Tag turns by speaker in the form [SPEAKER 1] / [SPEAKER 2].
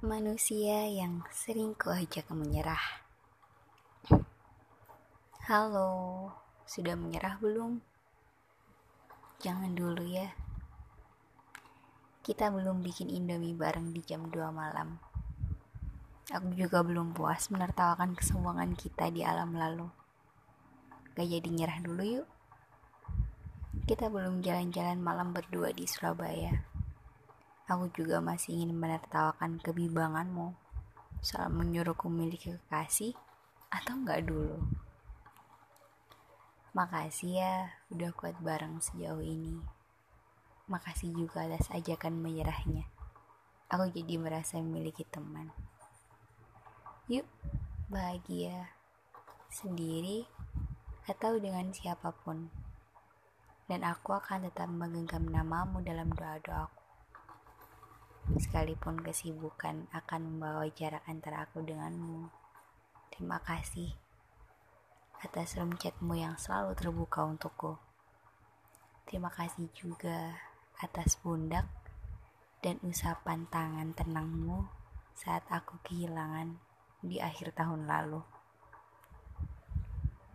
[SPEAKER 1] Manusia yang sering kuajak menyerah. Halo, sudah menyerah belum? Jangan dulu ya. Kita belum bikin Indomie bareng di jam 2 malam. Aku juga belum puas menertawakan kesombongan kita di alam lalu. Gak jadi nyerah dulu yuk. Kita belum jalan-jalan malam berdua di Surabaya. Aku juga masih ingin menertawakan kebibanganmu soal menyuruhku memiliki kekasih atau enggak dulu. Makasih ya udah kuat bareng sejauh ini. Makasih juga atas ajakan menyerahnya. Aku jadi merasa memiliki teman. Yuk, bahagia sendiri atau dengan siapapun. Dan aku akan tetap menggenggam namamu dalam doa-doaku. Sekalipun kesibukan akan membawa jarak antara aku denganmu. Terima kasih atas room chatmu yang selalu terbuka untukku. Terima kasih juga atas pundak dan usapan tangan tenangmu saat aku kehilangan di akhir tahun lalu.